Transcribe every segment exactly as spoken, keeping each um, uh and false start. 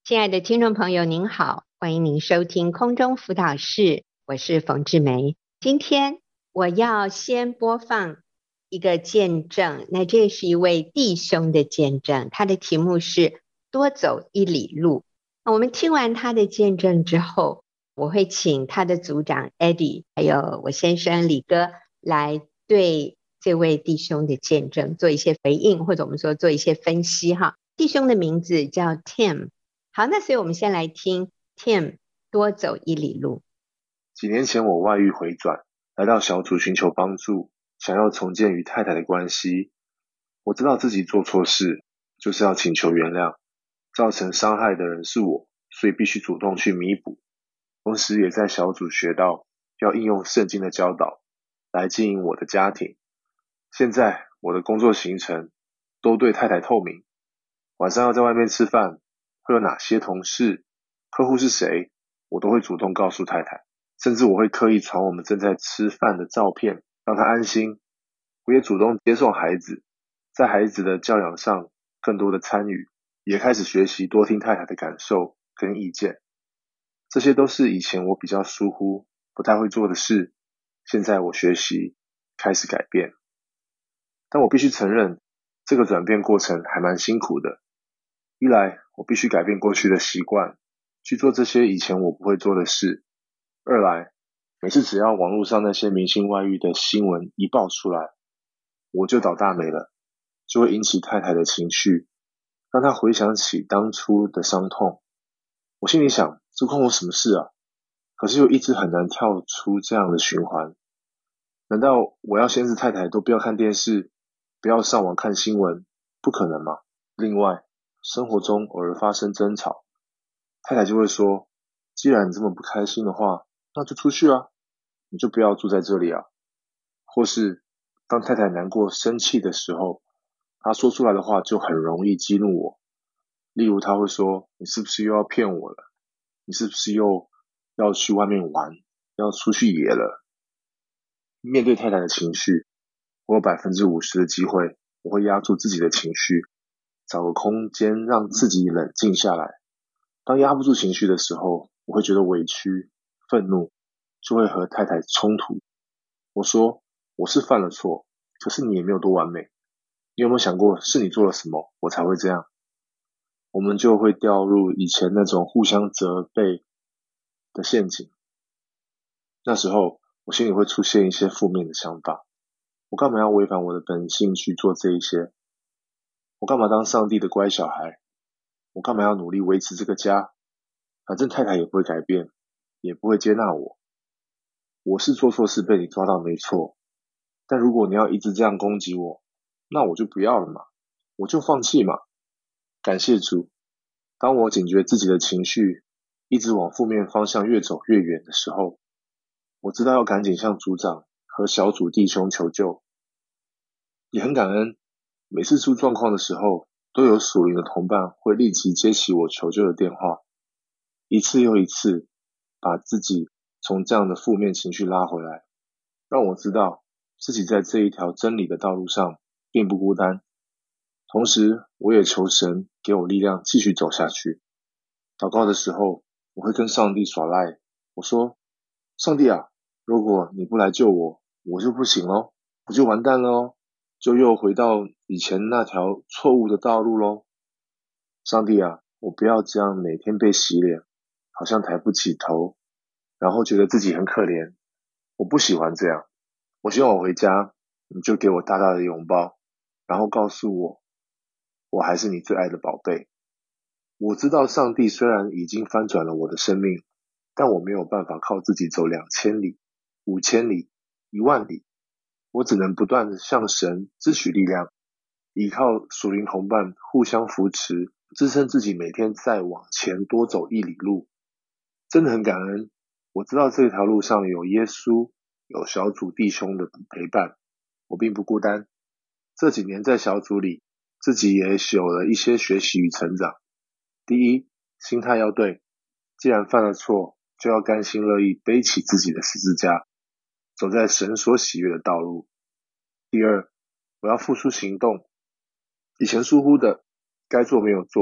亲爱的听众朋友您好，欢迎您收听空中辅导室，我是冯志梅。今天我要先播放一个见证，那这是一位弟兄的见证，他的题目是多走一里路。我们听完他的见证之后，我会请他的组长 Eddie 还有我先生李哥来对这位弟兄的见证做一些回应，或者我们说做一些分析哈。弟兄的名字叫 Tim。好，那所以我们先来听 Tim 多走一里路。 几年前我外遇回转，来到小组寻求帮助，想要重建与太太的关系。我知道自己做错事，就是要请求原谅，造成伤害的人是我，所以必须主动去弥补。同时也在小组学到要应用圣经的教导来经营我的家庭。现在我的工作行程都对太太透明，晚上要在外面吃饭，会有哪些同事，客户是谁，我都会主动告诉太太，甚至我会刻意传我们正在吃饭的照片，让她安心。我也主动接送孩子，在孩子的教养上更多的参与，也开始学习多听太太的感受跟意见。这些都是以前我比较疏忽不太会做的事，现在我学习开始改变。但我必须承认，这个转变过程还蛮辛苦的。一来我必须改变过去的习惯，去做这些以前我不会做的事。二来每次只要网络上那些明星外遇的新闻一爆出来，我就倒大霉了，就会引起太太的情绪，让她回想起当初的伤痛。我心里想，这关我什么事啊？可是又一直很难跳出这样的循环。难道我要限制太太都不要看电视，不要上网看新闻？不可能吗？另外生活中偶尔发生争吵，太太就会说，既然你这么不开心的话，那就出去啊，你就不要住在这里啊。或是当太太难过生气的时候，她说出来的话就很容易激怒我。例如她会说，你是不是又要骗我了？你是不是又要去外面玩，要出去野了？面对太太的情绪，我有 百分之五十 的机会我会压住自己的情绪，找个空间让自己冷静下来。当压不住情绪的时候，我会觉得委屈、愤怒，就会和太太冲突。我说，我是犯了错，可是你也没有多完美。你有没有想过，是你做了什么，我才会这样？我们就会掉入以前那种互相责备的陷阱。那时候，我心里会出现一些负面的想法。我干嘛要违反我的本性去做这一些？我干嘛当上帝的乖小孩？我干嘛要努力维持这个家？反正太太也不会改变，也不会接纳我。我是做错事被你抓到没错，但如果你要一直这样攻击我，那我就不要了嘛，我就放弃嘛。感谢主，当我警觉自己的情绪一直往负面方向越走越远的时候，我知道要赶紧向组长和小组弟兄求救。也很感恩，每次出状况的时候，都有属灵的同伴会立即接起我求救的电话，一次又一次把自己从这样的负面情绪拉回来，让我知道自己在这一条真理的道路上并不孤单。同时我也求神给我力量继续走下去。祷告的时候，我会跟上帝耍赖，我说，上帝啊，如果你不来救我，我就不行咯，我就完蛋了哦，就又回到以前那条错误的道路咯。上帝啊，我不要这样每天被洗脸，好像抬不起头，然后觉得自己很可怜。我不喜欢这样，我希望我回家，你就给我大大的拥抱，然后告诉我，我还是你最爱的宝贝。我知道上帝虽然已经翻转了我的生命，但我没有办法靠自己走两千里、五千里、一万里，我只能不断地向神支取力量，依靠属灵同伴互相扶持，支撑自己每天再往前多走一里路。真的很感恩，我知道这条路上有耶稣，有小组弟兄的陪伴，我并不孤单。这几年在小组里，自己也有了一些学习与成长。第一，心态要对，既然犯了错，就要甘心乐意背起自己的十字架，走在神所喜悦的道路。第二，我要付出行动，以前疏忽的，该做没有做的，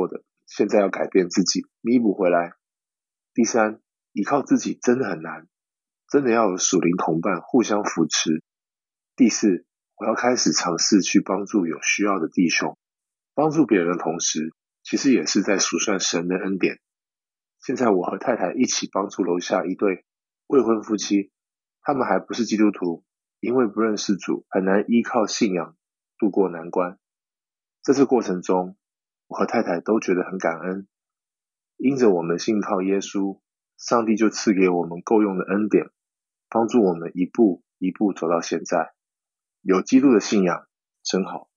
现在要改变自己，弥补回来。第三，依靠自己真的很难，真的要有属灵同伴互相扶持。第四，我要开始尝试去帮助有需要的弟兄，帮助别人的同时，其实也是在数算神的恩典。现在我和太太一起帮助楼下一对未婚夫妻，他们还不是基督徒，因为不认识主，很难依靠信仰度过难关。在这过程中，我和太太都觉得很感恩，因着我们信靠耶稣，上帝就赐给我们够用的恩典，帮助我们一步一步走到现在。有基督的信仰真好。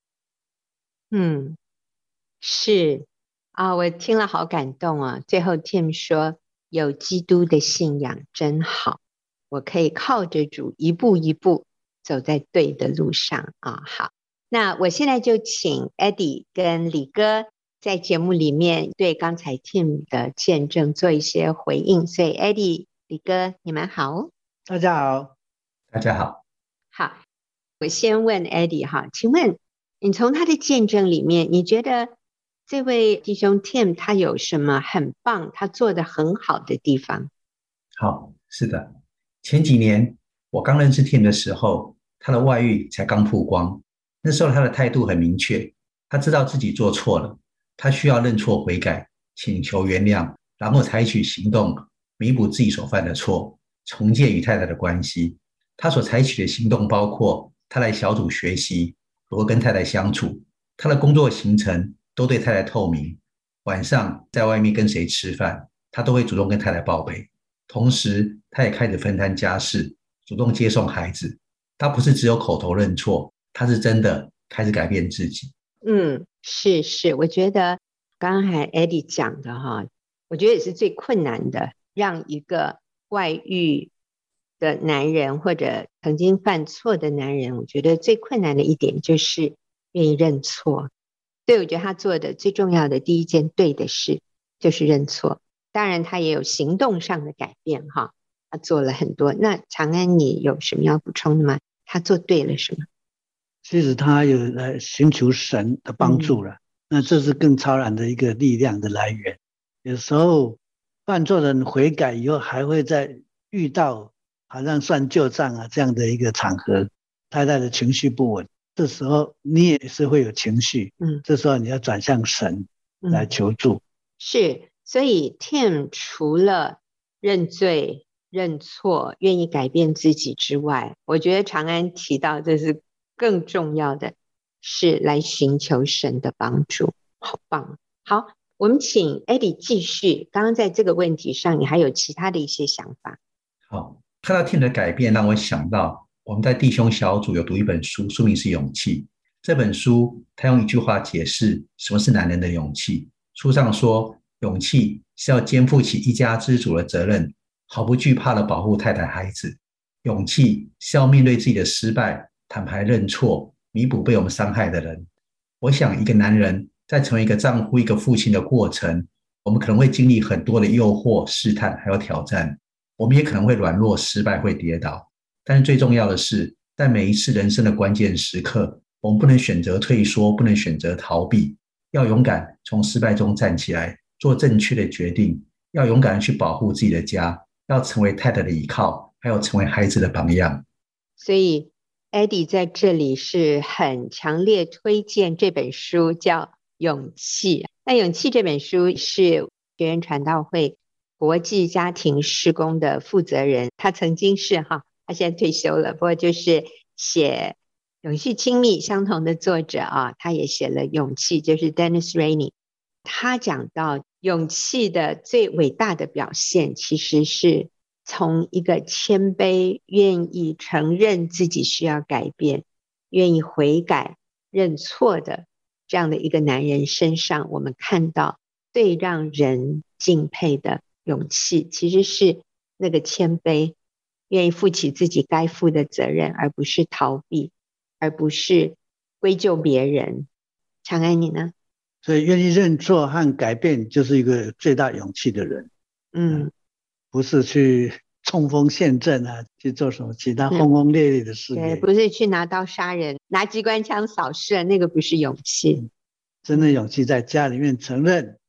嗯，是啊，我听了好感动啊。最后 Tim 说有基督的信仰真好，我可以靠着主一步一步走在对的路上啊。好，那我现在就请 Eddie 跟李哥在节目里面对刚才 Tim 的见证做一些回应。所以 Eddie 李哥你们好。 大家好。 大家好。 好，我先问 Eddie 哈，请问你从他的见证里面，你觉得这位弟兄 Tim 他有什么很棒他做得很好的地方？ 好，是的，前几年我刚认识 Tim 的时候，他的外遇才刚曝光，那时候他的态度很明确，他知道自己做错了，他需要认错悔改，请求原谅，然后采取行动弥补自己所犯的错，重建与太太的关系。他所采取的行动包括他来小组学习如何跟太太相处，他的工作行程都对太太透明，晚上在外面跟谁吃饭他都会主动跟太太报备，同时他也开始分摊家事，主动接送孩子。他不是只有口头认错，他是真的开始改变自己。 嗯，是是，我觉得刚才 Eddie 讲的哈，我觉得也是最困难的，让一个外遇的男人或者曾经犯错的男人，我觉得最困难的一点就是愿意认错。所以我觉得他做的最重要的第一件对的事就是认错。当然他也有行动上的改变哈，他做了很多。那长安你有什么要补充的吗？他做对了什么？ 其实他有来寻求神的帮助了、嗯、那这是更超然的一个力量的来源。有时候犯错的人悔改以后还会再遇到好像算旧账啊这样的一个场合，太太的情绪不稳，这时候你也是会有情绪，嗯，这时候你要转向神来求助、嗯、 是。所以 Tim 除了认罪认错愿意改变自己之外，我觉得长安提到这是更重要的是来寻求神的帮助。好棒。好，我们请 Eddie 继续，刚刚在这个问题上你还有其他的一些想法？ 好，看到 Tim 的改变让我想到我们在弟兄小组有读一本书，书名是勇气。这本书他用一句话解释什么是男人的勇气。书上说，勇气是要肩负起一家之主的责任，毫不惧怕地保护太太孩子。勇气是要面对自己的失败，坦白认错，弥补被我们伤害的人。我想一个男人在成为一个丈夫一个父亲的过程，我们可能会经历很多的诱惑试探还有挑战，我们也可能会软弱失败会跌倒，但是最重要的是在每一次人生的关键时刻，我们不能选择退缩，不能选择逃避，要勇敢从失败中站起来，做正确的决定，要勇敢地去保护自己的家，要成为太太的依靠，还有成为孩子的榜样。 所以 Eddie 在这里是很强烈推荐这本书，叫《勇气》。那《勇气》这本书是学园传道会国际家庭事工的负责人，他曾经是哈，他现在退休了，不过就是写《永续亲密》相同的作者啊，他也写了《勇气》，就是 Dennis Rainey。他讲到勇气的最伟大的表现，其实是从一个谦卑、愿意承认自己需要改变、愿意悔改、认错的这样的一个男人身上，我们看到最让人敬佩的勇气，其实是那个谦卑，愿意负起自己该负的责任，而不是逃避，而不是归咎别人。长安你呢？ 所以愿意认错和改变就是一个最大勇气的人。嗯，不是去冲锋陷阵啊，去做什么其他轰轰烈烈的事业、 嗯、对，不是去拿刀杀人，拿机关枪扫射，那个不是勇气、 嗯、真的勇气在家里面承认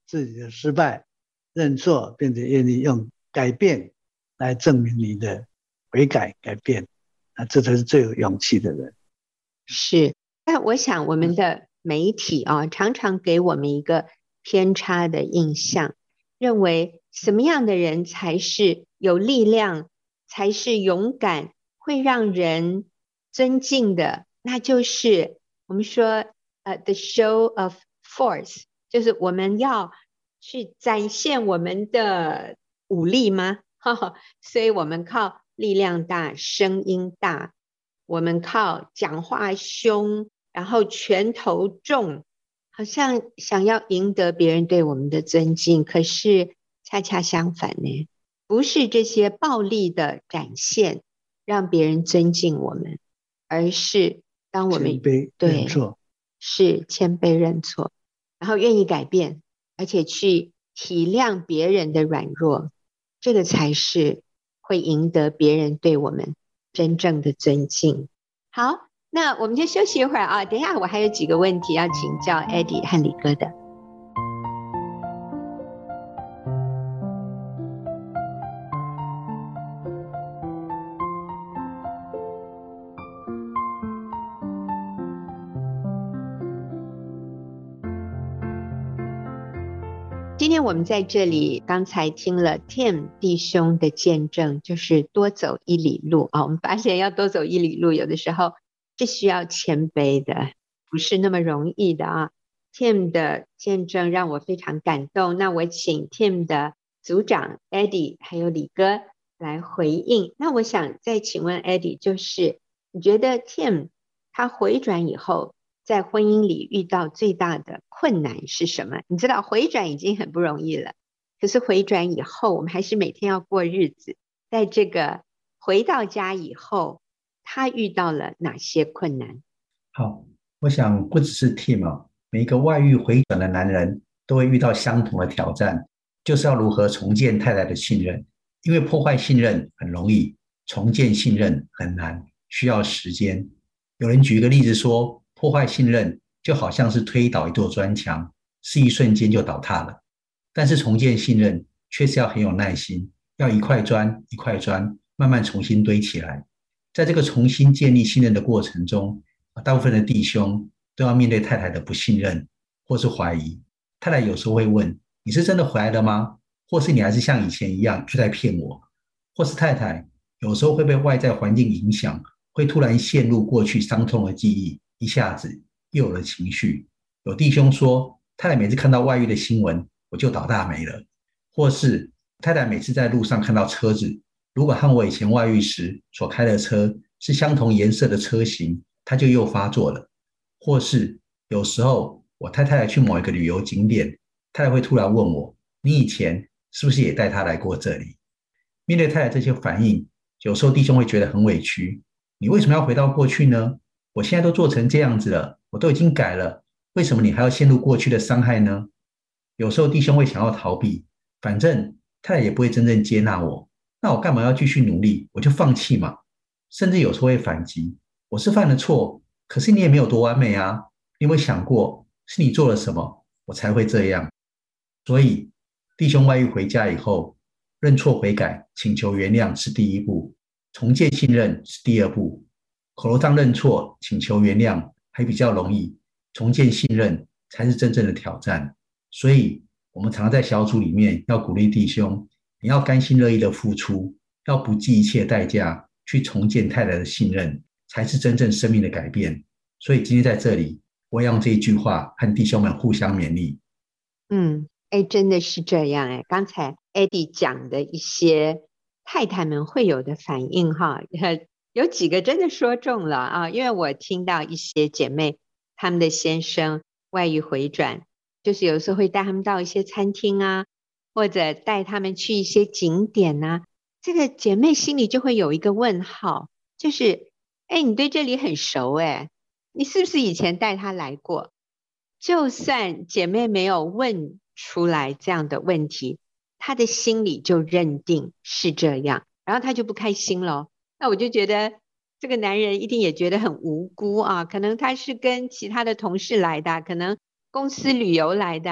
自己的失败，认错，并且愿意用改变来证明你的悔改改变，那这才是最有勇气的人。 是，但我想我们的媒体啊，常常给我们一个偏差的印象，认为什么样的人才是有力量，才是勇敢，会让人尊敬的，那就是我们说呃 the show of force， 就是我们要去展现我们的武力吗？所以我们靠力量大，声音大，我们靠讲话凶，然后拳头重，好像想要赢得别人对我们的尊敬，可是恰恰相反呢，不是这些暴力的展现让别人尊敬我们，而是当我们谦卑认错， 是谦卑认错，然后愿意改变，而且去体谅别人的软弱，这个才是会赢得别人对我们真正的尊敬。好，那我们就休息一会儿啊，等一下我还有几个问题要请教 Eddie 和李哥的。今天我们在这里刚才听了 Tim 弟兄的见证，就是多走一里路啊。我们发现要多走一里路，有的时候是需要谦卑的，不是那么容易的啊。Tim 的见证让我非常感动，那我请 Tim 的组长 Eddie 还有李哥来回应。那我想再请问 Eddie， 就是你觉得 Tim 他回转以后在婚姻里遇到最大的困难是什么？你知道回转已经很不容易了，可是回转以后我们还是每天要过日子，在这个回到家以后他遇到了哪些困难？ 好，我想不只是 Tim 啊，每一个外遇回转的男人都会遇到相同的挑战，就是要如何重建太太的信任。因为破坏信任很容易，重建信任很难，需要时间。有人举一个例子说，破坏信任就好像是推倒一座砖墙，是一瞬间就倒塌了。但是重建信任却是要很有耐心，要一块砖一块砖慢慢重新堆起来。在这个重新建立信任的过程中，大部分的弟兄都要面对太太的不信任或是怀疑。太太有时候会问，你是真的回来了吗？或是你还是像以前一样就在骗我？或是太太有时候会被外在环境影响，会突然陷入过去伤痛的记忆，一下子又有了情绪。有弟兄说，太太每次看到外遇的新闻我就倒大霉了。或是太太每次在路上看到车子，如果和我以前外遇时所开的车是相同颜色的车型，她就又发作了。或是有时候我太太去某一个旅游景点，太太会突然问我，你以前是不是也带她来过这里？面对太太这些反应，有时候弟兄会觉得很委屈，你为什么要回到过去呢？我现在都做成这样子了，我都已经改了，为什么你还要陷入过去的伤害呢？有时候弟兄会想要逃避，反正太太也不会真正接纳我，那我干嘛要继续努力？我就放弃嘛。甚至有时候会反击，我是犯了错，可是你也没有多完美啊，你有没有想过是你做了什么我才会这样？所以弟兄外遇回家以后，认错悔改请求原谅是第一步，重建信任是第二步。口头上认错请求原谅还比较容易，重建信任才是真正的挑战。所以我们常常在小组里面要鼓励弟兄，你要甘心乐意的付出，要不计一切代价去重建太太的信任，才是真正生命的改变。所以今天在这里我要用这一句话和弟兄们互相勉励。 嗯，哎，真的是这样哎。刚才 Eddie 讲的一些太太们会有的反应哈，有几个真的说中了啊，因为我听到一些姐妹她们的先生外遇回转，就是有时候会带他们到一些餐厅啊，或者带他们去一些景点啊，这个姐妹心里就会有一个问号，就是哎，你对这里很熟哎，你是不是以前带他来过？就算姐妹没有问出来这样的问题，她的心里就认定是这样，然后她就不开心了。那我就觉得这个男人一定也觉得很无辜啊，可能他是跟其他的同事来的，可能公司旅游来的，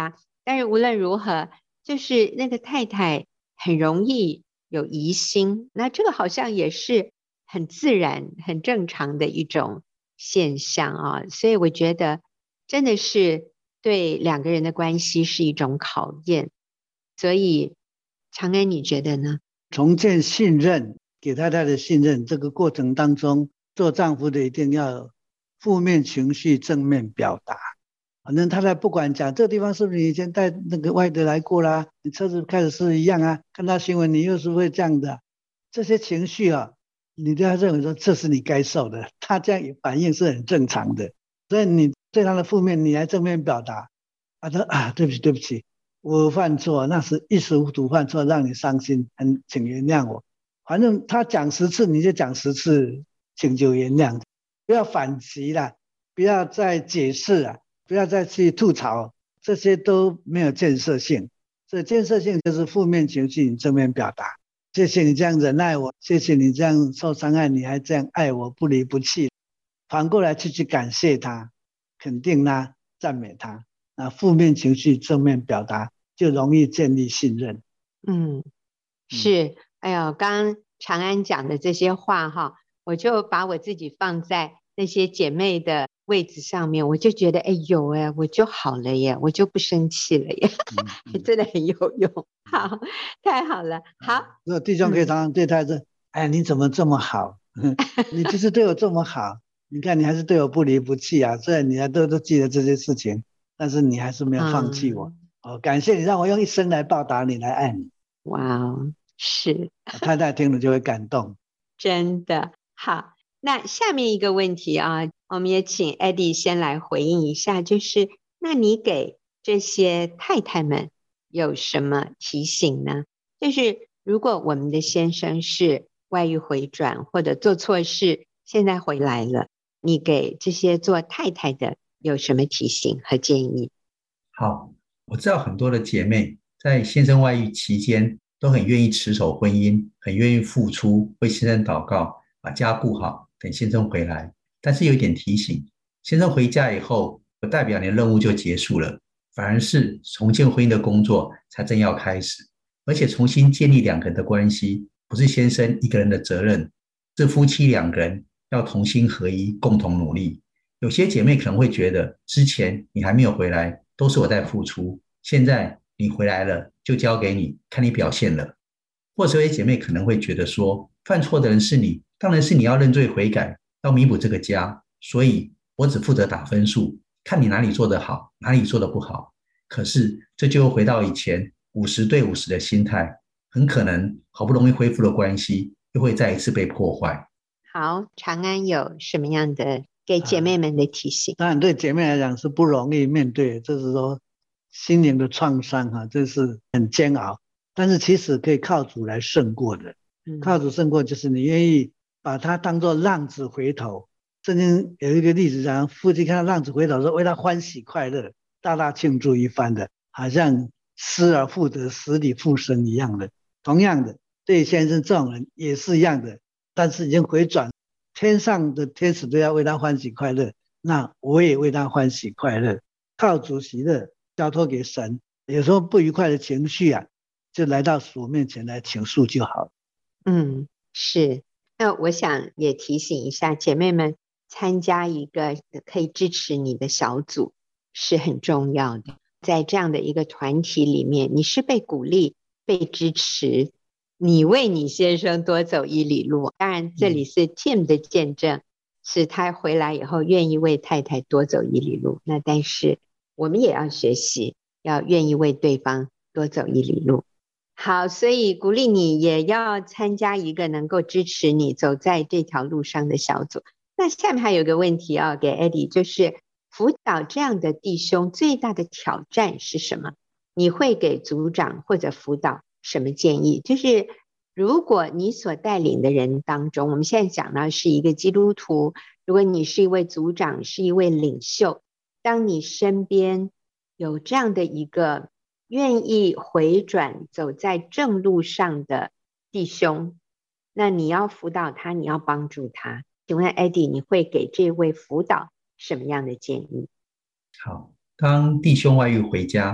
但是无论如何，就是那个太太很容易有疑心，那这个好像也是很自然、很正常的一种现象啊。所以我觉得真的是对两个人的关系是一种考验。所以长安你觉得呢？ 重建信任，给太太的信任，这个过程当中，做丈夫的一定要负面情绪正面表达。反正太太不管讲这个地方是不是你以前带那个外的来过啦，你车子开始是一样啊，看到新闻你又是会这样的，这些情绪啊，你都要认为说这是你该受的，他这样反应是很正常的。所以你对他的负面你来正面表达啊，他啊对不起对不起，我犯错，那是一时糊涂犯错，让你伤心，很请原谅我。反正他讲十次你就讲十次，请求原谅，不要反击啦，不要再解释啦，不要再去吐槽，这些都没有建设性。所以建设性就是负面情绪你正面表达，谢谢你这样忍耐我，谢谢你这样受伤害你还这样爱我不离不弃，反过来去去感谢他，肯定他，赞美他。那负面情绪正面表达就容易建立信任。 嗯，是。哎呦，刚刚长安讲的这些话哈，我就把我自己放在那些姐妹的位置上面，我就觉得哎呦哎，我就好了耶，我就不生气了耶，嗯嗯真的很有用。好，太好了。好， 那弟兄可以常常对他说、嗯、哎你怎么这么好你就是对我这么好你看你还是对我不离不弃啊，虽然你还都都记得这些事情，但是你还是没有放弃我、嗯哦、感谢你让我用一生来报答你，来爱你。 哇哦，是太太听了就会感动。 真的。好，那下面一个问题啊，我们也请 Eddie 先来回应一下，就是那你给这些太太们有什么提醒呢？就是如果我们的先生是外遇回转或者做错事现在回来了，你给这些做太太的有什么提醒和建议？ 好，我知道很多的姐妹在先生外遇期间都很愿意持守婚姻，很愿意付出，为先生祷告，把家顾好，等先生回来。但是有一点提醒，先生回家以后不代表你的任务就结束了，反而是重建婚姻的工作才正要开始。而且重新建立两个人的关系不是先生一个人的责任，是夫妻两个人要同心合一，共同努力。有些姐妹可能会觉得之前你还没有回来都是我在付出，现在你回来了就交给你，看你表现了。或者有些姐妹可能会觉得说，犯错的人是你，当然是你要认罪悔改，要弥补这个家，所以我只负责打分数，看你哪里做得好，哪里做得不好。可是这就回到以前五十对五十的心态，很可能好不容易恢复的关系又会再一次被破坏。 好，长安有什么样的给姐妹们的提醒？ 啊、当然对姐妹来讲是不容易面对，就是说心灵的创伤啊，这是很煎熬，但是其实可以靠主来胜过的、嗯、靠主胜过就是你愿意把它当作浪子回头。圣经有一个例子讲，父亲看到浪子回头说为他欢喜快乐，大大庆祝一番的，好像失而复得，死里复生一样的。同样的对先生这种人也是一样的，但是已经回转，天上的天使都要为他欢喜快乐，那我也为他欢喜快乐，靠主喜乐，交托给神。有时候不愉快的情绪啊，就来到主面前来倾诉就好。 嗯，是。那我想也提醒一下姐妹们，参加一个可以支持你的小组是很重要的。在这样的一个团体里面，你是被鼓励、被支持，你为你先生多走一里路。当然这里是 Tim 的见证、嗯、是他回来以后愿意为太太多走一里路，那但是我们也要学习，要愿意为对方多走一里路。好，所以鼓励你也要参加一个能够支持你走在这条路上的小组。那下面还有一个问题要给 Eddie， 就是辅导这样的弟兄最大的挑战是什么？你会给组长或者辅导什么建议？就是如果你所带领的人当中，我们现在讲到是一个基督徒，如果你是一位组长，是一位领袖，当你身边有这样的一个愿意回转走在正路上的弟兄，那你要辅导他，你要帮助他。请问 Eddie， 你会给这位辅导什么样的建议？ 好，当弟兄外遇回家，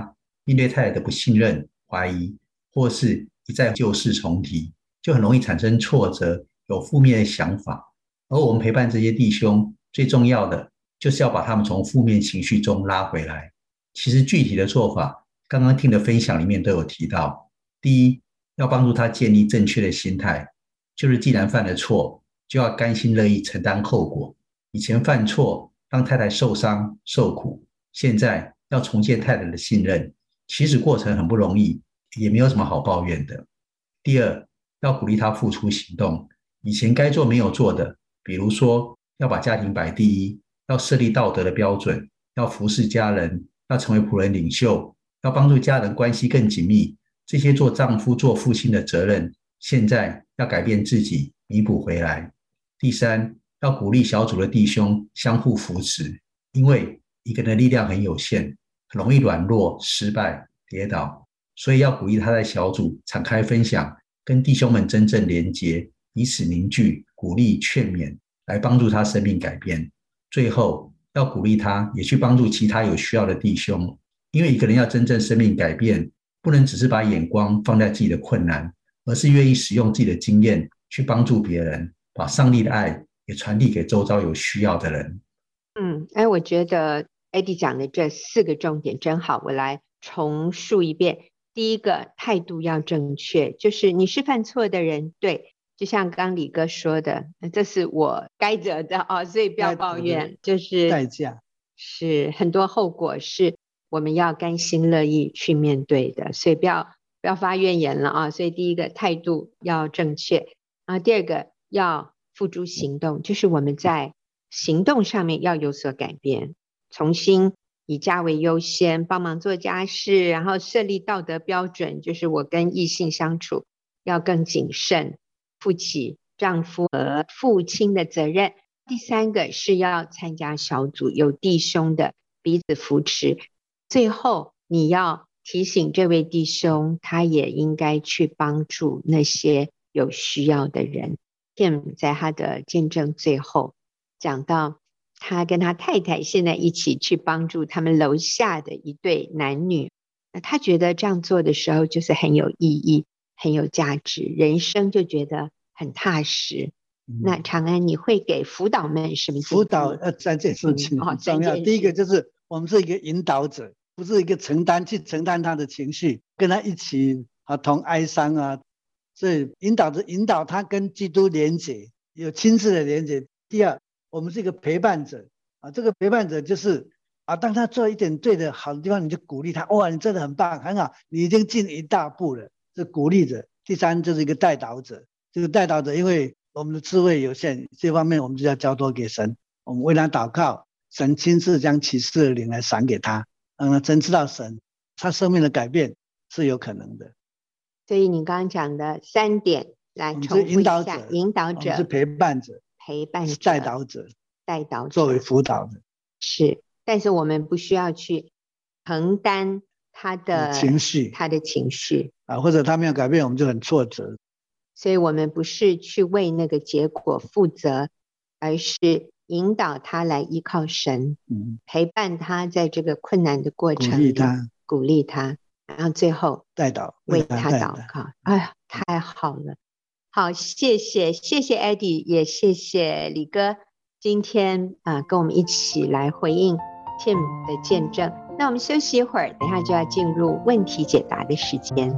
面对太太的不信任、怀疑，或是一再旧事重提，就很容易产生挫折，有负面的想法。而我们陪伴这些弟兄，最重要的就是要把他们从负面情绪中拉回来。其实具体的做法，刚刚听的分享里面都有提到。第一，要帮助他建立正确的心态，就是既然犯了错，就要甘心乐意承担后果。以前犯错让太太受伤受苦，现在要重建太太的信任，其实过程很不容易，也没有什么好抱怨的。第二，要鼓励他付出行动，以前该做没有做的，比如说要把家庭摆第一，要设立道德的标准，要服侍家人，要成为仆人领袖，要帮助家人关系更紧密，这些做丈夫做父亲的责任，现在要改变自己，弥补回来。第三，要鼓励小组的弟兄相互扶持，因为一个人的力量很有限，很容易软弱、失败、跌倒，所以要鼓励他在小组敞开分享，跟弟兄们真正连结，彼此凝聚，鼓励劝勉，来帮助他生命改变。最后要鼓励他也去帮助其他有需要的弟兄，因为一个人要真正生命改变，不能只是把眼光放在自己的困难，而是愿意使用自己的经验去帮助别人，把上帝的爱也传递给周遭有需要的人。 嗯，哎，我觉得 Eddie 讲的这四个重点真好，我来重述一遍。第一个，态度要正确，就是你是犯错的人，对，就像刚李哥说的，这是我该得的哦，所以不要抱怨，就是代价是很多后果是我们要甘心乐意去面对的，所以不要不要发怨言了啊。所以第一个态度要正确啊，第二个要付诸行动，就是我们在行动上面要有所改变，重新以家为优先，帮忙做家事，然后设立道德标准，就是我跟异性相处要更谨慎，负起丈夫和父亲的责任。第三个是要参加小组，有弟兄的彼此扶持。最后你要提醒这位弟兄，他也应该去帮助那些有需要的人。Tim 在他的见证最后讲到，他跟他太太现在一起去帮助他们楼下的一对男女，那他觉得这样做的时候就是很有意义，很有价值，人生就觉得很踏实。嗯、那长安，你会给辅导们什么建议？ 辅导呃三件事情很重要、嗯哦、第一个就是我们是一个引导者，不是一个承担去承担他的情绪，跟他一起啊同哀伤啊，所以引导者引导他跟基督连结，有亲自的连结。第二，我们是一个陪伴者啊，这个陪伴者就是啊，当他做一点对的好的地方，你就鼓励他，哇，你真的很棒，很好，你已经进一大步了，是鼓励者。第三就是一个带导者，这个带导者因为我们的智慧有限，这方面我们就要交托给神，我们为他祷告，神亲自将启示的灵来赏给他，让他真知道神，他生命的改变是有可能的。 所以你刚刚讲的三点来重复一下：引导者、 我们是陪伴者、 陪伴者、 带导者、 带导者作为辅导的。 是，但是我们不需要去承担他的情绪， 他的情绪啊，或者他没有改变，我们就很挫折。 所以我们不是去为那个结果负责，而是引导他来依靠神，嗯、陪伴他在这个困难的过程里，鼓励他，鼓励他，然后最后带导为他祷告。哎呀，太好了！好，谢谢谢谢 Eddie， 也谢谢李哥今天啊、呃、跟我们一起来回应 Tim 的见证。那我们休息一会儿，等一下就要进入问题解答的时间。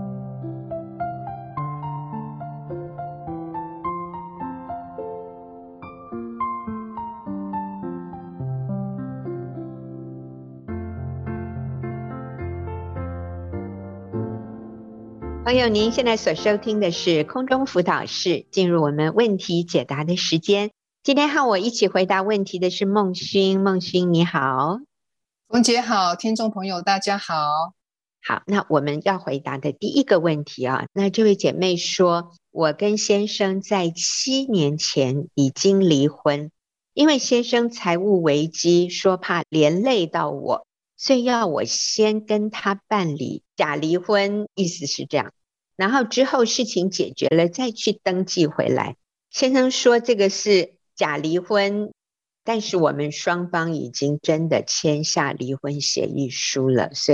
朋友，您现在所收听的是空中辅导室，进入我们问题解答的时间。今天和我一起回答问题的是孟勋。孟勋你好。 冯姐好，听众朋友大家好。 好，那我们要回答的第一个问题啊，那这位姐妹说，我跟先生在七年前已经离婚，因为先生财务危机，说怕连累到我，所以要我先跟他办理假离婚，意思是这样，然后之后事情解决了再去登记回来。先生说这个是假离婚，但是我们双方已经真的签下离婚协议书了，所以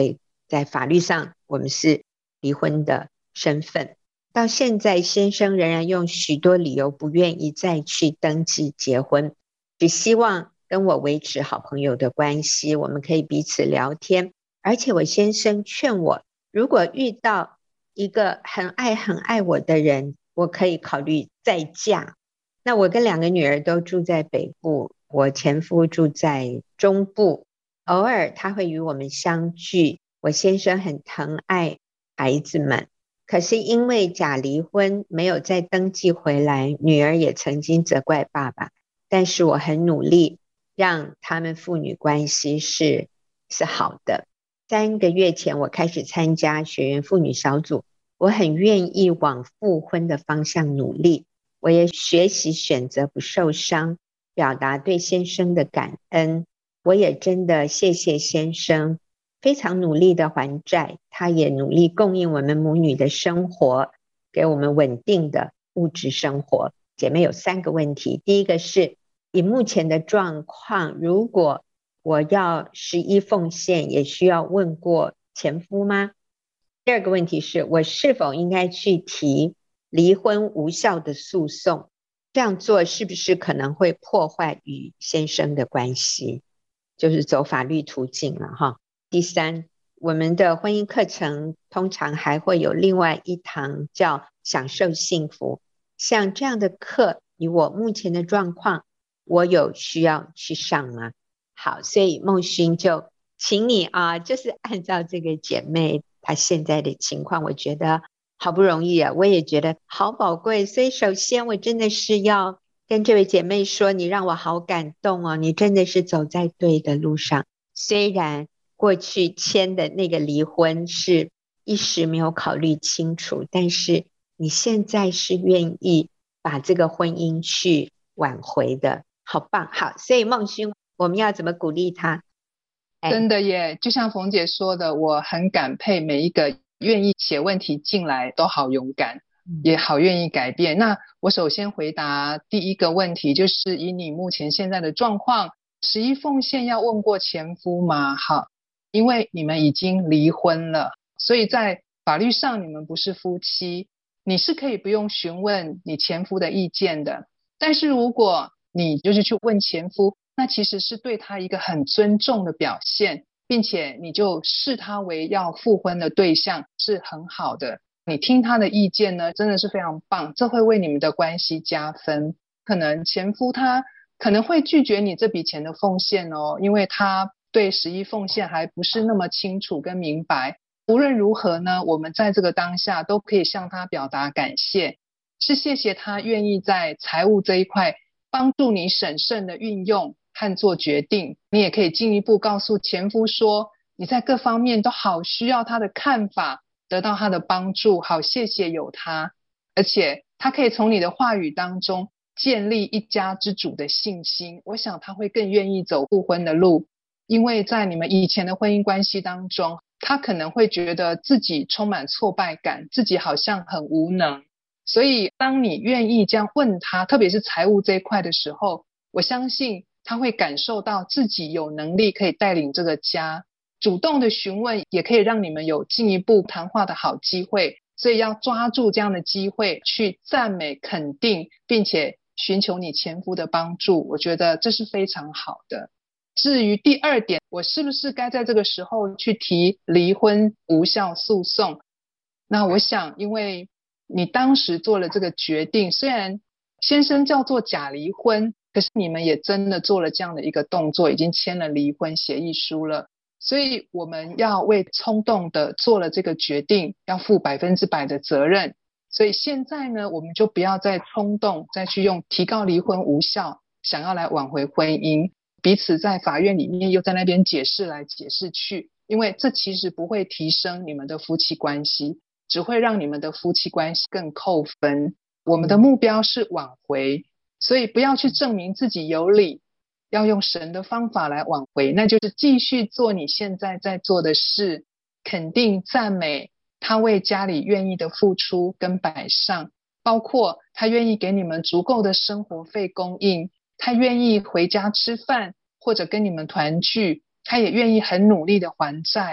在法律上我们是离婚的身份。到现在先生仍然用许多理由不愿意再去登记结婚，只希望跟我维持好朋友的关系，我们可以彼此聊天。而且我先生劝我，如果遇到一个很爱很爱我的人，我可以考虑再嫁。那我跟两个女儿都住在北部，我前夫住在中部，偶尔他会与我们相聚。我先生很疼爱孩子们，可是因为假离婚没有再登记回来，女儿也曾经责怪爸爸，但是我很努力让他们父女关系是是好的。三个月前我开始参加学员妇女小组，我很愿意往复婚的方向努力，我也学习选择不受伤，表达对先生的感恩。我也真的谢谢先生非常努力的还债，他也努力供应我们母女的生活，给我们稳定的物质生活。姐妹有三个问题，第一个是以目前的状况，如果我要十一奉献，也需要问过前夫吗？第二个问题是我是否应该去提离婚无效的诉讼，这样做是不是可能会破坏与先生的关系，就是走法律途径了哈。第三，我们的婚姻课程通常还会有另外一堂叫享受幸福，像这样的课，以我目前的状况，我有需要去上吗？好，所以孟勋就请你啊，就是按照这个姐妹她现在的情况，我觉得好不容易啊，我也觉得好宝贵。所以首先我真的是要跟这位姐妹说，你让我好感动哦，你真的是走在对的路上。虽然过去签的那个离婚是一时没有考虑清楚，但是你现在是愿意把这个婚姻去挽回的，好棒。好，所以孟勋，我们要怎么鼓励他？ 真的耶，就像冯姐说的，我很感佩每一个愿意写问题进来，都好勇敢，也好愿意改变。那我首先回答第一个问题，就是以你目前现在的状况，十一奉献要问过前夫吗？好，因为你们已经离婚了，所以在法律上你们不是夫妻，你是可以不用询问你前夫的意见的。但是如果你就是去问前夫，那其实是对他一个很尊重的表现，并且你就视他为要复婚的对象，是很好的。你听他的意见呢，真的是非常棒，这会为你们的关系加分。可能前夫他可能会拒绝你这笔钱的奉献哦，因为他对十一奉献还不是那么清楚跟明白。无论如何呢，我们在这个当下都可以向他表达感谢，是谢谢他愿意在财务这一块帮助你审慎的运用和做决定。你也可以进一步告诉前夫说，你在各方面都好需要他的看法，得到他的帮助，好谢谢有他。而且他可以从你的话语当中建立一家之主的信心，我想他会更愿意走复婚的路。因为在你们以前的婚姻关系当中，他可能会觉得自己充满挫败感，自己好像很无能。所以当你愿意这样问他，特别是财务这一块的时候，我相信他会感受到自己有能力可以带领这个家。主动的询问也可以让你们有进一步谈话的好机会，所以要抓住这样的机会去赞美肯定，并且寻求你前夫的帮助，我觉得这是非常好的。至于第二点，我是不是该在这个时候去提离婚无效诉讼，那我想因为你当时做了这个决定，虽然先生叫做假离婚，可是你们也真的做了这样的一个动作，已经签了离婚协议书了。所以我们要为冲动的做了这个决定，要负百分之百的责任。所以现在呢，我们就不要再冲动，再去用提告离婚无效，想要来挽回婚姻，彼此在法院里面又在那边解释来解释去，因为这其实不会提升你们的夫妻关系，只会让你们的夫妻关系更扣分。我们的目标是挽回，所以不要去证明自己有理，要用神的方法来挽回，那就是继续做你现在在做的事，肯定赞美他为家里愿意的付出跟摆上，包括他愿意给你们足够的生活费供应，他愿意回家吃饭或者跟你们团聚，他也愿意很努力的还债，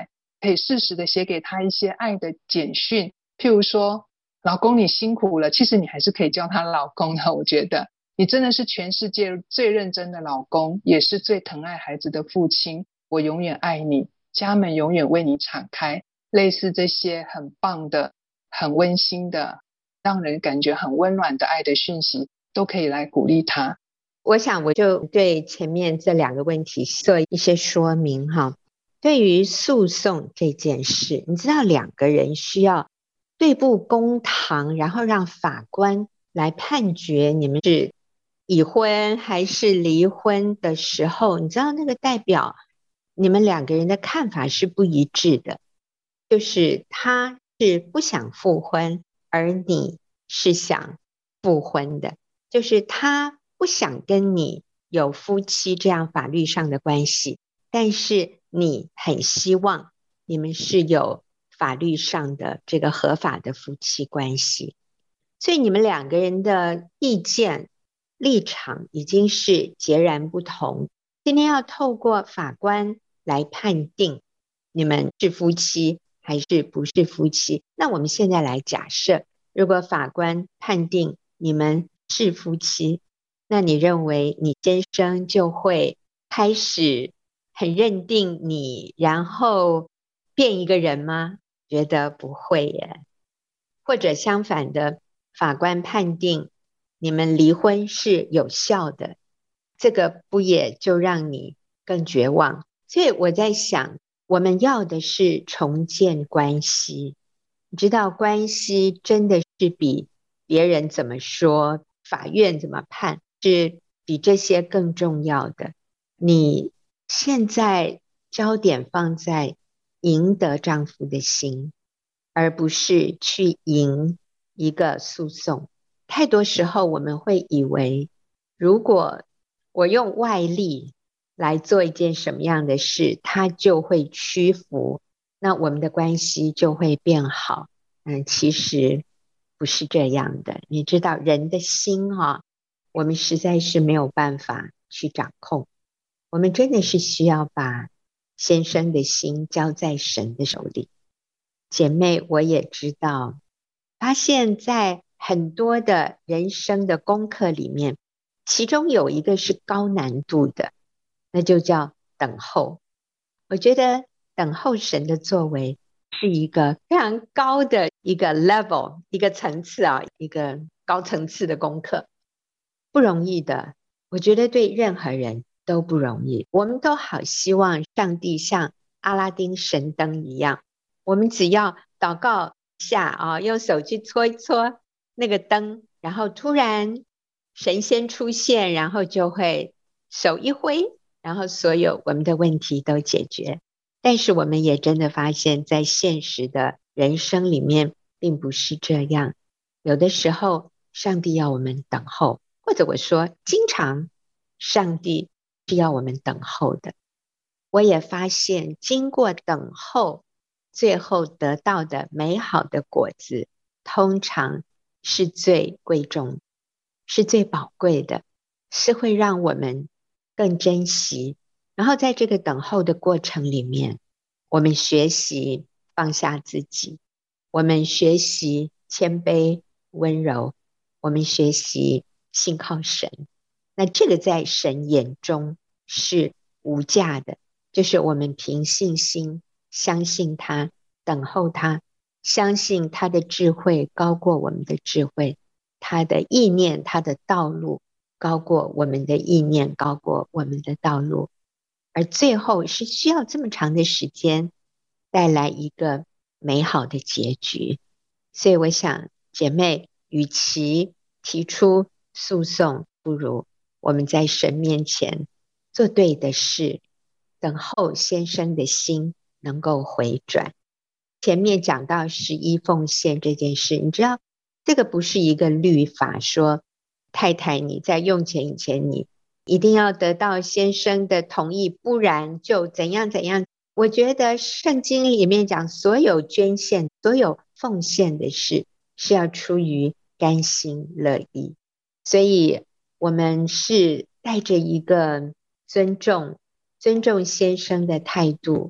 可以适时的写给他一些爱的简讯，譬如说老公你辛苦了，其实你还是可以叫他老公的。我觉得你真的是全世界最认真的老公，也是最疼爱孩子的父亲，我永远爱你，家门永远为你敞开，类似这些很棒的很温馨的让人感觉很温暖的爱的讯息都可以来鼓励他。 我想我就对前面这两个问题做一些说明哈。对于诉讼这件事，你知道两个人需要对簿公堂，然后让法官来判决你们是已婚还是离婚的时候，你知道那个代表你们两个人的看法是不一致的，就是他是不想复婚，而你是想复婚的，就是他不想跟你有夫妻这样法律上的关系，但是你很希望你们是有法律上的这个合法的夫妻关系，所以你们两个人的意见立场已经是截然不同。今天要透过法官来判定你们是夫妻还是不是夫妻，那我们现在来假设，如果法官判定你们是夫妻，那你认为你先生就会开始很认定你，然后变一个人吗？觉得不会耶。或者相反的，法官判定你们离婚是有效的，这个不也就让你更绝望？所以我在想，我们要的是重建关系，你知道关系真的是比别人怎么说，法院怎么判，是比这些更重要的。你现在焦点放在赢得丈夫的心，而不是去赢一个诉讼。太多时候我们会以为，如果我用外力来做一件什么样的事，他就会屈服，那我们的关系就会变好。嗯，其实不是这样的。你知道人的心啊，我们实在是没有办法去掌控，我们真的是需要把先生的心交在神的手里。姐妹，我也知道，发现在很多的人生的功课里面，其中有一个是高难度的，那就叫等候。我觉得等候神的作为是一个非常高的一个 level， 一个层次啊，一个高层次的功课，不容易的。我觉得对任何人都不容易。我们都好希望上帝像阿拉丁神灯一样，我们只要祷告一下啊，用手去搓一搓那个灯，然后突然神仙出现，然后就会手一挥，然后所有我们的问题都解决。但是我们也真的发现，在现实的人生里面并不是这样。有的时候上帝要我们等候，或者我说经常上帝是要我们等候的。我也发现经过等候，最后得到的美好的果子通常是最贵重，是最宝贵的，是会让我们更珍惜。然后在这个等候的过程里面，我们学习放下自己，我们学习谦卑温柔，我们学习信靠神。那这个在神眼中是无价的，就是我们凭信心相信他，等候他，相信他的智慧高过我们的智慧，他的意念，他的道路高过我们的意念，高过我们的道路。而最后是需要这么长的时间带来一个美好的结局。所以我想姐妹，与其提出诉讼，不如我们在神面前做对的事，等候先生的心能够回转。前面讲到十一奉献这件事，你知道这个不是一个律法，说太太你在用钱以前你一定要得到先生的同意，不然就怎样怎样。我觉得圣经里面讲所有捐献，所有奉献的事是要出于甘心乐意，所以我们是带着一个尊重尊重先生的态度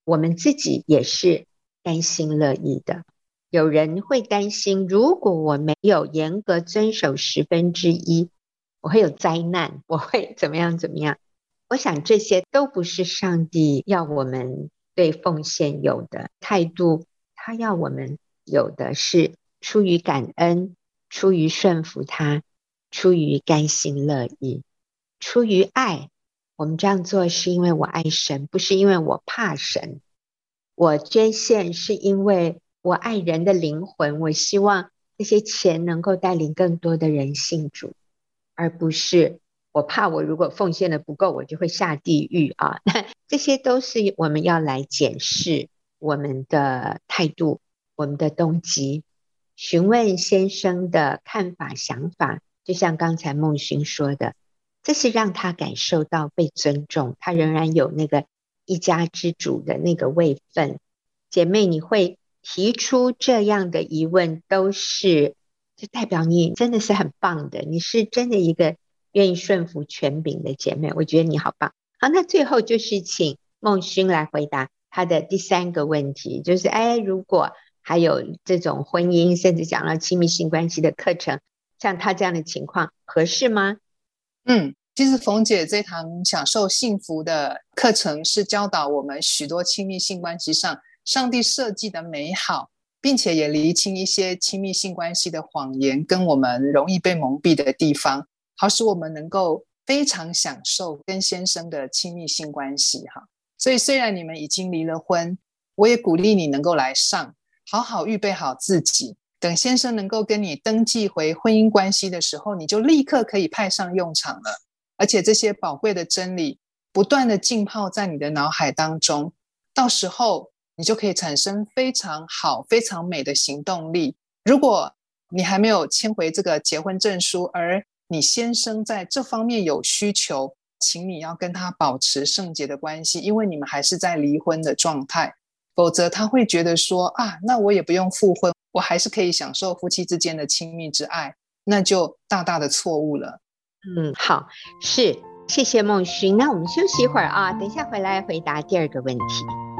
我们自己也是甘心乐意的。有人会担心，如果我没有严格遵守十分之一，我会有灾难，我会怎么样怎么样。我想这些都不是上帝要我们对奉献有的态度，他要我们有的是出于感恩，出于顺服他，出于甘心乐意，出于爱。我们这样做是因为我爱神，不是因为我怕神。我捐献是因为我爱人的灵魂，我希望这些钱能够带领更多的人信主，而不是我怕我如果奉献的不够，我就会下地狱啊！这些都是我们要来检视我们的态度，我们的动机。询问先生的看法想法，就像刚才孟勋说的，这是让他感受到被尊重，他仍然有那个一家之主的那个位分。姐妹，你会提出这样的疑问，都是就代表你真的是很棒的，你是真的一个愿意顺服权柄的姐妹，我觉得你好棒。好，那最后就是请孟勋来回答他的第三个问题，就是哎，如果还有这种婚姻甚至讲到亲密性关系的课程，像他这样的情况合适吗？ 嗯，其实冯姐这堂享受幸福的课程是教导我们许多亲密性关系上上帝设计的美好，并且也厘清一些亲密性关系的谎言跟我们容易被蒙蔽的地方，好使我们能够非常享受跟先生的亲密性关系哈。所以虽然你们已经离了婚，我也鼓励你能够来上，好好预备好自己，等先生能够跟你登记回婚姻关系的时候，你就立刻可以派上用场了。而且这些宝贵的真理不断的浸泡在你的脑海当中，到时候你就可以产生非常好非常美的行动力。如果你还没有签回这个结婚证书，而你先生在这方面有需求，请你要跟他保持圣洁的关系，因为你们还是在离婚的状态，否则他会觉得说啊，那我也不用复婚，我还是可以享受夫妻之间的亲密之爱，那就大大的错误了。 嗯，好，是，谢谢孟勋。那我们休息一会儿啊，等一下回来回答第二个问题。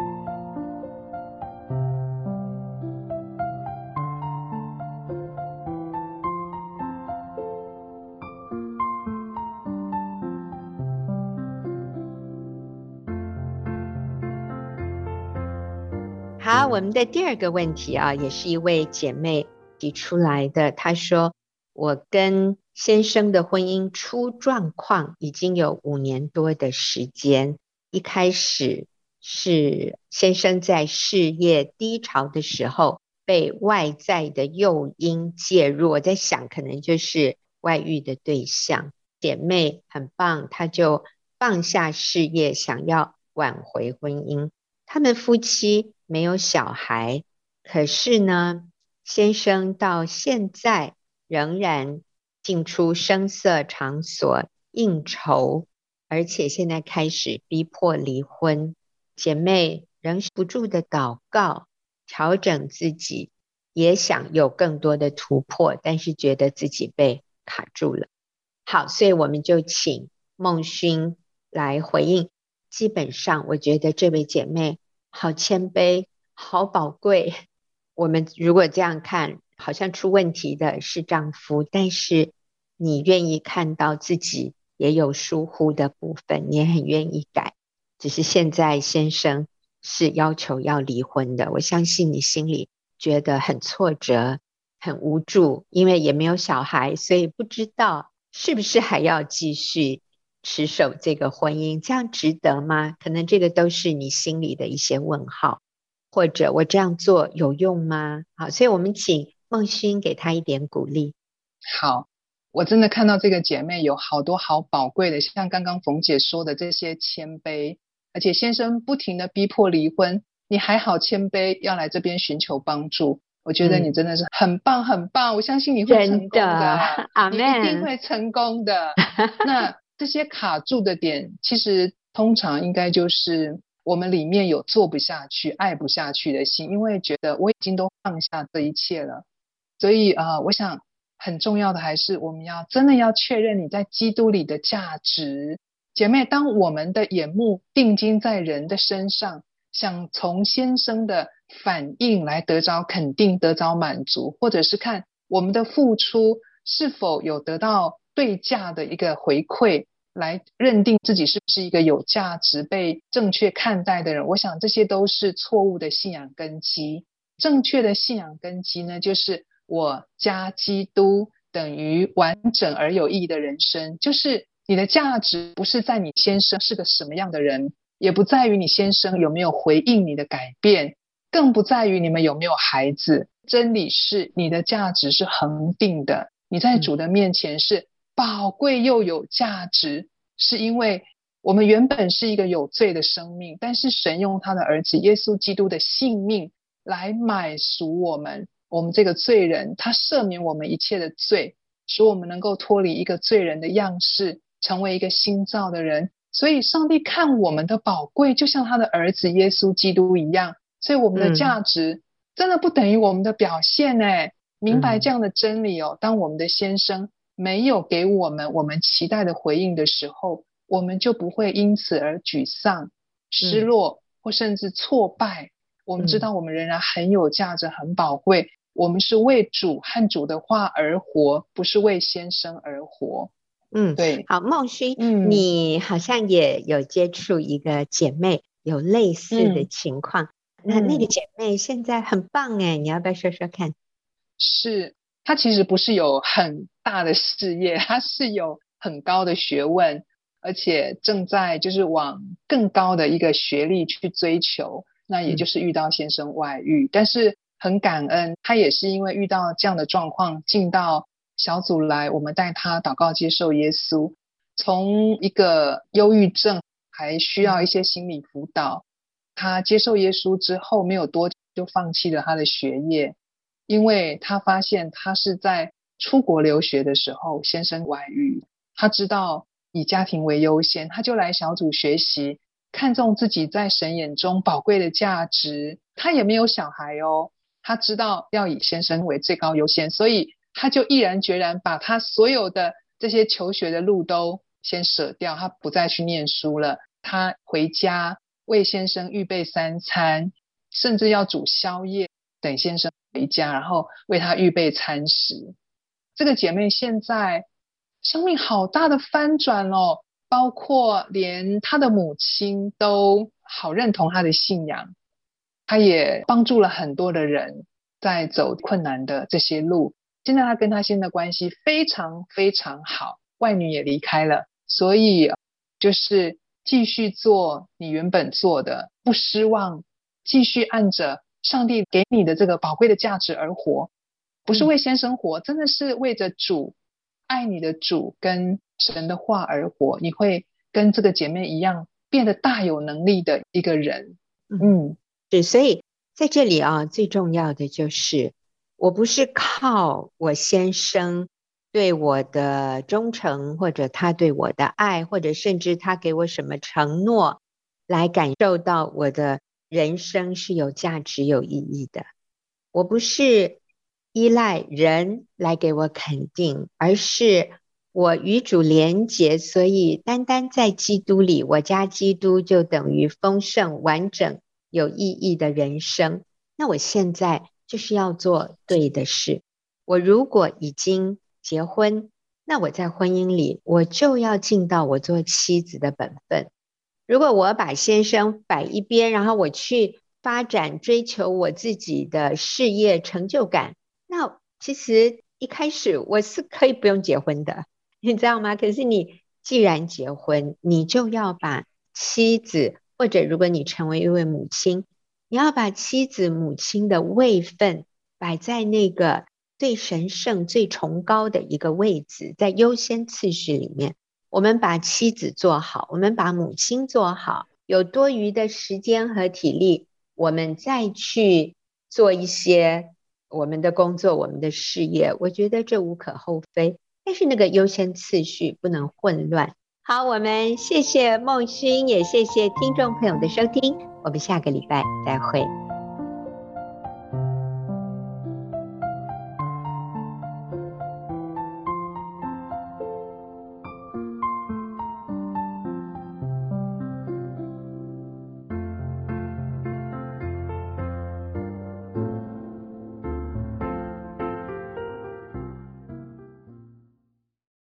好，我们的第二个问题啊，也是一位姐妹提出来的。她说，我跟先生的婚姻出状况已经有五年多的时间。一开始是先生在事业低潮的时候被外在的诱因介入，我在想可能就是外遇的对象。姐妹很棒，她就放下事业，想要挽回婚姻。他们夫妻没有小孩，可是呢，先生到现在仍然进出声色场所应酬，而且现在开始逼迫离婚。姐妹忍不住的祷告，调整自己，也想有更多的突破，但是觉得自己被卡住了。好，所以我们就请孟勋来回应。基本上我觉得这位姐妹好谦卑，好宝贵。我们如果这样看，好像出问题的是丈夫，但是你愿意看到自己也有疏忽的部分，你也很愿意改，只是现在先生是要求要离婚的。我相信你心里觉得很挫折，很无助，因为也没有小孩，所以不知道是不是还要继续持守这个婚姻，这样值得吗？可能这个都是你心里的一些问号，或者我这样做有用吗？好，所以我们请孟勋给他一点鼓励。 好，我真的看到这个姐妹有好多好宝贵的，像刚刚冯姐说的这些谦卑，而且先生不停的逼迫离婚，你还好谦卑，要来这边寻求帮助。我觉得你真的是很棒很棒，我相信你会成功的， 的你一定会成功的。那这些卡住的点，其实通常应该就是我们里面有做不下去、爱不下去的心，因为觉得我已经都放下这一切了。所以呃，我想很重要的还是我们要真的要确认你在基督里的价值。姐妹，当我们的眼目定睛在人的身上， 想从先生的反应来得着肯定，得着满足，或者是看我们的付出是否有得到对价的一个回馈，来认定自己是不是一个有价值被正确看待的人。我想这些都是错误的信仰根基。正确的信仰根基呢，就是我加基督等于完整而有意义的人生。就是你的价值不是在你先生是个什么样的人，也不在于你先生有没有回应你的改变，更不在于你们有没有孩子。真理是你的价值是恒定的，你在主的面前是宝贵又有价值，是因为我们原本是一个有罪的生命，但是神用他的儿子耶稣基督的性命来买赎我们，我们这个罪人，他赦免我们一切的罪，使我们能够脱离一个罪人的样式，成为一个新造的人。所以上帝看我们的宝贵就像他的儿子耶稣基督一样，所以我们的价值真的不等于我们的表现耶、嗯、明白这样的真理哦。当我们的先生没有给我们我们期待的回应的时候，我们就不会因此而沮丧、失落、嗯、或甚至挫败。我们知道我们仍然很有价值、很宝贵，我们是为主和主的话而活，不是为先生而活。 嗯， 对。 好，孟勋、嗯、你好像也有接触一个姐妹有类似的情况、嗯、那那个姐妹现在很棒耶，你要不要说说看？ 是，她其实不是有很大的事业，她是有很高的学问，而且正在就是往更高的一个学历去追求，那也就是遇到先生外遇、嗯、但是很感恩，她也是因为遇到这样的状况进到小组来，我们带她祷告接受耶稣，从一个忧郁症还需要一些心理辅导，她接受耶稣之后没有多久就放弃了她的学业，因为她发现她是在出国留学的时候先生外遇，她知道以家庭为优先，她就来小组学习，看重自己在神眼中宝贵的价值。她也没有小孩哦，她知道要以先生为最高优先，所以她就毅然决然把她所有的这些求学的路都先舍掉，她不再去念书了，她回家为先生预备三餐，甚至要煮宵夜等先生回家，然后为他预备餐食。这个姐妹现在生命好大的翻转哦，包括连她的母亲都好认同她的信仰，她也帮助了很多的人在走困难的这些路。现在她跟她先生的关系非常非常好，外女也离开了，所以就是继续做你原本做的，不失望，继续按着上帝给你的这个宝贵的价值而活，不是为先生活、嗯、真的是为着主，爱你的主跟神的话而活，你会跟这个姐妹一样变得大有能力的一个人。 嗯，是，所以在这里啊，最重要的就是我不是靠我先生对我的忠诚，或者他对我的爱，或者甚至他给我什么承诺来感受到我的人生是有价值有意义的。我不是依赖人来给我肯定，而是我与主连结，所以单单在基督里，我加基督就等于丰盛完整有意义的人生。那我现在就是要做对的事。我如果已经结婚，那我在婚姻里我就要尽到我做妻子的本分。如果我把先生摆一边，然后我去发展追求我自己的事业成就感，那其实一开始我是可以不用结婚的，你知道吗？可是你既然结婚，你就要把妻子，或者如果你成为一位母亲，你要把妻子母亲的位分摆在那个最神圣最崇高的一个位置，在优先次序里面，我们把妻子做好，我们把母亲做好，有多余的时间和体力，我们再去做一些我们的工作，我们的事业，我觉得这无可厚非，但是那个优先次序不能混乱。好，我们谢谢孟勋，也谢谢听众朋友的收听，我们下个礼拜再会。